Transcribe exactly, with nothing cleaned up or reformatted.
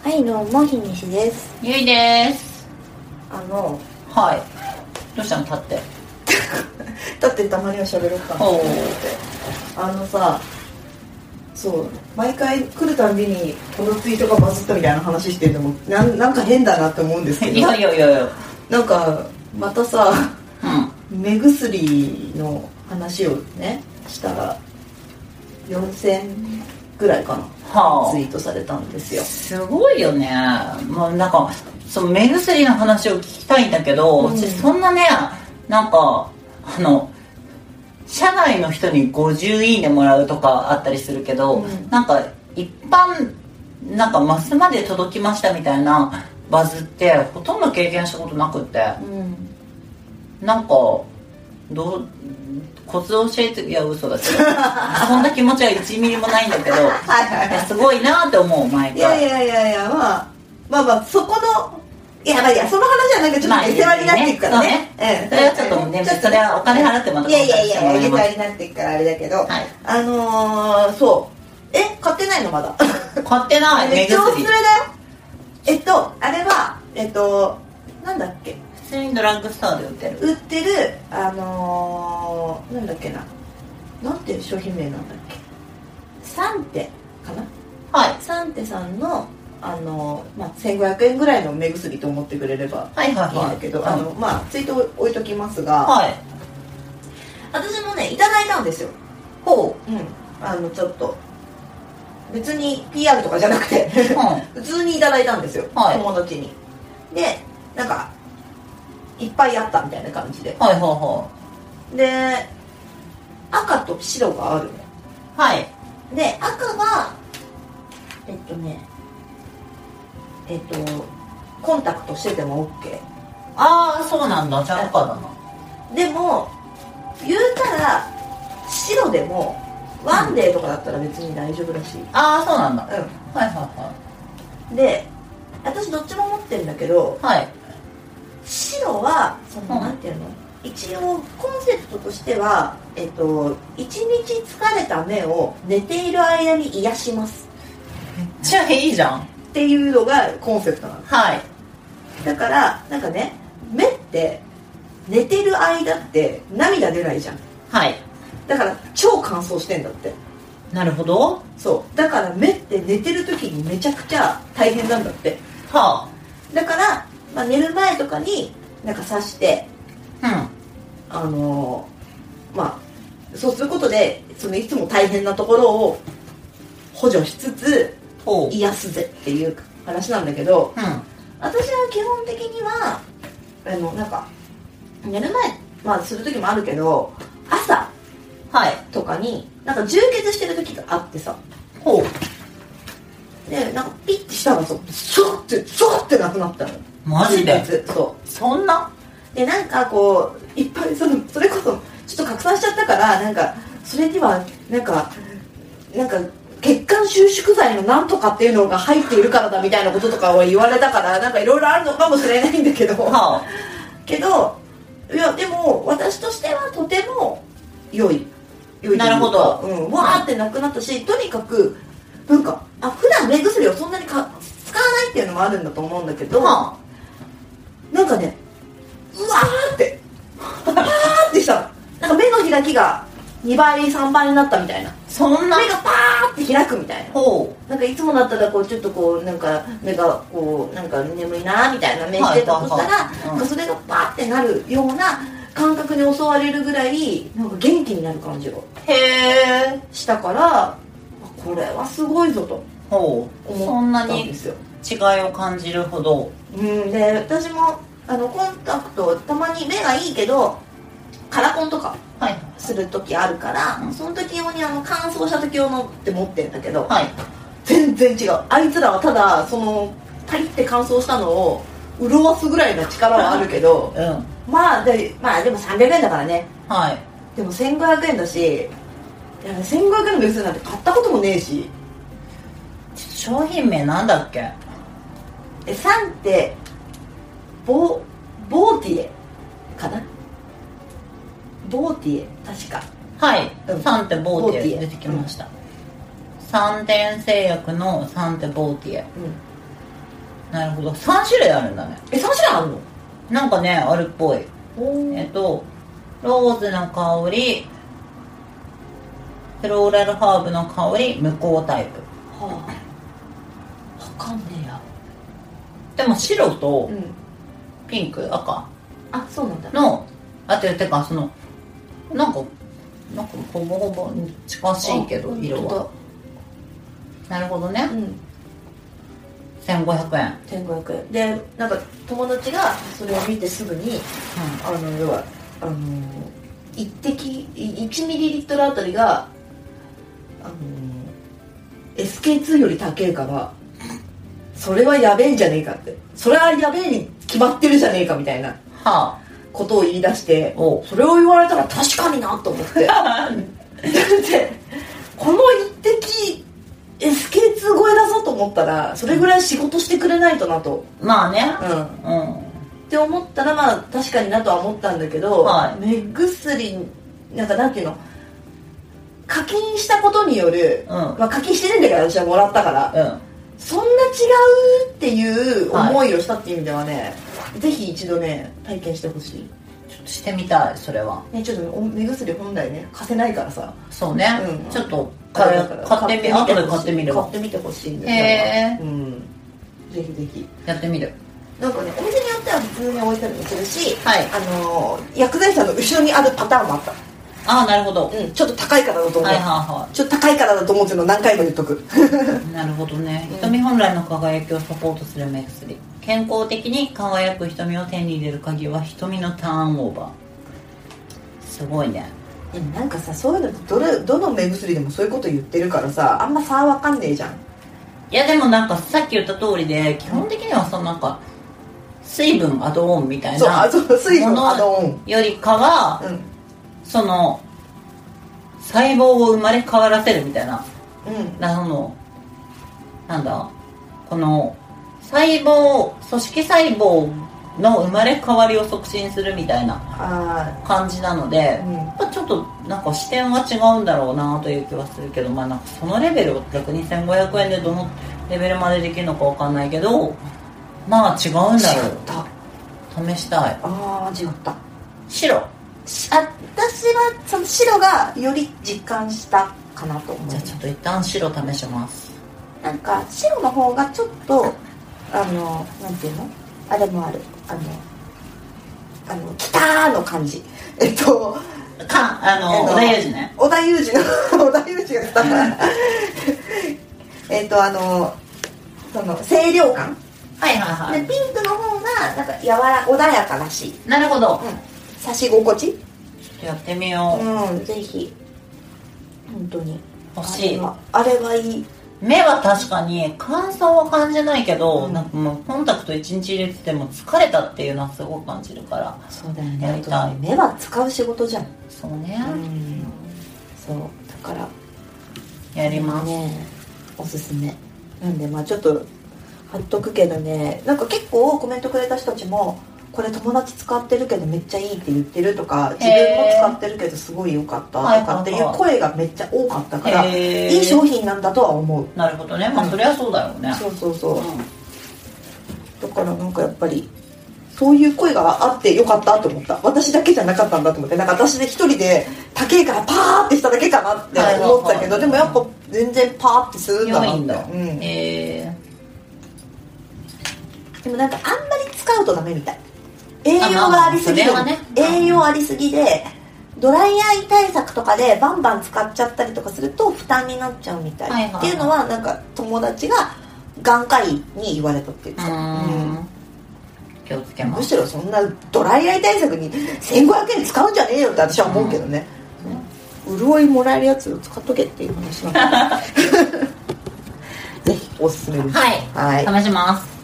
はいどうもひにしです。 ゆいです。 あのはいどうしたの？立ってだってたまには喋ろうかなと思って。あのさ、そう毎回来るたんびにこのツイートがバズったみたいな話してるのもな ん, なんか変だなって思うんですけどいやいやいやいやなんかまたさ、 うん、 目薬の話をねしたらよんせんぐらいかな、はあ、ツイートされたんですよ。 すごいよね。もうなんかその目薬の話を聞きたいんだけど、うん、そんなねなんかあの社内の人にごじゅういいねもらうとかあったりするけど、うん、なんか一般なんかマスまで届きましたみたいなバズってほとんど経験したことなくって、うん、なんかどうコツ教えて、いや嘘だけどそんな気持ちはいちミリもないんだけどはいはい、はい、すごいなって思う毎回。 いやいやいやいや、まあ、まあまあそこのいやまあいやその話はなんかちょっと下世話になっていくからね、まあ、ね、 うん、それはちょっとね、それはお金払ってまたいやいやいや下世話になっていくからあれだけど、はい、あのー、そうえ買ってないのまだ買ってないめっちゃおすすめだよ。えっとあれはえっとなんだっけ普通にドラッグストアで売ってる売ってるあのー、なんだっけななんていう商品名なんだっけサンテかな。 はいサンテさんのあのーまあ、せんごひゃくえんぐらいの目薬と思ってくれればいいんだけど、あのまあツイート置いときますが、はい、私もねいただいたんですよ。ほう、うん、あのちょっと別に ピーアール とかじゃなくて、うん、普通にいただいたんですよ、はい、友達に。でなんかいっぱいあったみたいな感じで、はいはいはい、で赤と白があるの。はいで赤はえっとねえっとコンタクトしてても OK。 ああそうなんだ。じゃあ赤だな。 でも言うたら白でもワンデーとかだったら別に大丈夫らしい、うん、 ああそうなんだ。うんはいはいはい。で私どっちも持ってるんだけど、はい、白はその、うん、なんていうの一応コンセプトとしてはえっと一日疲れた目を寝ている間に癒します。 めっちゃいいじゃんっていうのがコンセプトなの。はいだからなんかね目って寝てる間って涙出ないじゃん。はいだから超乾燥してんだって。 なるほど。 そうだから目って寝てる時にめちゃくちゃ大変なんだって。はあだから、まあ、寝る前とかになんか刺してうんあのー、まあそうすることでそのいつも大変なところを補助しつつ癒すぜっていう話なんだけど、うん、私は基本的にはあのなんか寝る前、まあ、する時もあるけど朝、はい、とかになんか充血してる時があってさほうでなんかピッてしたらさスワッてスワッてなくなったの。 マジで？ そうそんなでなんかこういっぱいそのそれこそちょっと拡散しちゃったからなんかそれにはなんかなんか血管収縮剤のなんとかっていうのが入っているからだみたいなこととかを言われたからなんかいろいろあるのかもしれないんだけど、はあ、けどいやでも私としてはとても良い良いというか、なるほど、うん、わーってなくなったしとにかくなんかあ普段目薬をそんなにか使わないっていうのもあるんだと思うんだけど、はあ、なんかねうわーってパーってしたの。なんか目の開きがにばいさんばいになったみたいな。そんな目がパーって開くみたいな。ほうなんかいつもだったらこうちょっとこうなんか目がこうなんか眠いなみたいな目してたとしたら、はいはいはい、なんかそれがパーってなるような感覚に襲われるぐらいなんか元気になる感じがへえしたからこれはすごいぞと思ったんですよ。 違いを感じるほど。 うんで私もあのコンタクトたまに目がいいけどカラコンとかする時あるから、はい、その時用にあの乾燥した時用のって持ってるんだけど、はい、全然違う。あいつらはただそのパリって乾燥したのを潤わすぐらいの力はあるけど、うん、まあでまあでもさんびゃくえんだからね、はい、でもせんごひゃくえんだしいやせんごひゃくえんの目薬なんて買ったこともねえし。 商品名なんだっけ？ えサンテボボーティエかな。ボーティエ確かはい、うん、サンテボーティエ出てきました、うん、三点製薬のサンテボーティエ、 なるほど、さん種類あるんだね。 えさん種類あるの？ なんかねあるっぽい。えっとローズの香り、フローラルハーブの香り、無香タイプ。 はあ、わかんねえや。 でも白とうんピンク、赤あそうなんだのあててかそのなんかなんかほぼほぼ近しいけど色は。なるほどね。 うんせんごひゃくえん。 せんごひゃくえんで、なんか友達がそれを見てすぐに、あの要はあのいち滴いちミリリットルあたりがあの エスケーツー より高えからそれはやべえんじゃねえかって、それはやべえに決まってるじゃねえかみたいなはことを言い出して、 おそれを言われたら確かになと思ってだってこの一滴 エスケーツー 超えだぞと思ったらそれぐらい仕事してくれないとなと、 あまあね。 うんうんって思ったら、まあ確かになとは思ったんだけど、 はい、 目薬なんかなんていうの、課金したことによる、 うんまあ、課金してるんだけど私はもらったから、 うんそんな違うっていう思いをしたっていう意味ではね、はい、ぜひ一度ね体験してほしい。 ちょっとしてみたいそれは。 ね、ちょっと目薬本来ね貸せないからさ。 そうね、 うん、 ちょっと買ってみ、後で買ってみるわ。 買ってみてほしいんですよ。 へー、 うん、ぜひぜひやってみる。 なんかね、お店によっては普通に置いたりもするし、 はい、 あのー、薬剤師さんの後ろにあるパターンもあった。 ああなるほど、 うん、ちょっと高いからだと思う、 はいはいはい、 ちょっと高いからだと思うっていうのを何回も言っとくなるほどね。瞳本来の輝きをサポートする目薬。健康的に輝く瞳を手に入れる鍵は瞳のターンオーバー。すごいね。 でもなんかさ、そういうのどれどの目薬でもそういうこと言ってるからさ、あんま差わかんねえじゃん。 いやでもなんかさっき言った通りで基本的にはそのなんか水分アドオンみたいなそうそう水分アドオンよりかは、うん、その細胞を生まれ変わらせるみたいな、うん、なのなんだこの細胞組織細胞の生まれ変わりを促進するみたいな感じなので、うん、やっぱちょっとなんか視点は違うんだろうなという気はするけど、まあなんかそのレベルを逆にせんごひゃくえんでどのレベルまでできるのかわかんないけど、まあ違うんだろう。違った。試したい。 ああ違った。 白。あ、 私はその白がより実感したかなと思う。 じゃあちょっと一旦白試します。 なんか白の方がちょっとあのなんていうのあれもある、あのあのキターの感じ、えっとかあの織田裕二ね、 織田裕二の織田裕二が来たえっとあのその清涼感、 はいはいはい、 でピンクの方がなんか柔ら穏やからしい。 なるほど、うん、 差し心地。ちょっとやってみよう。 うん、ぜひ本当に欲しい。 あれは、あれはいい。 目は確かに乾燥は感じないけど、うん、なんかもうコンタクトいちにち入れてても疲れたっていうのはすごく感じるから。 そうだよね。やりたい。目は使う仕事じゃん。 そうね、うん、 そうだからやりますね、おすすめなんで、まあちょっと貼っとくけどね、なんか結構コメントくれた人たちもこれ友達使ってるけどめっちゃいいって言ってるとか、自分も使ってるけどすごい良かったとかっていう声がめっちゃ多かったから、いい商品なんだとは思う。 なるほどね、まあそれはそうだよね、うん、 そうそうそう、うん、だからなんかやっぱりそういう声があって良かったと思った。私だけじゃなかったんだと思って、なんか私で一人で高いからパーってしただけかなって思ったけど、でもやっぱ全然パーってするんだなって。良いんだ、うん、へー。でもなんかあんまり使うとダメみたい。栄養がありすぎる、ね、栄養ありすぎでドライアイ対策とかでバンバン使っちゃったりとかすると負担になっちゃうみたい、はいはいはい、っていうのはなんか友達が眼科医に言われたって言ってた。うん、 気をつけます。 むしろそんなドライアイ対策にせんごひゃくえん使うんじゃねえよって私は思うけどね、うん、潤いもらえるやつを使っとけっていう話なんでぜひおすすめです。 はい、はい、試します。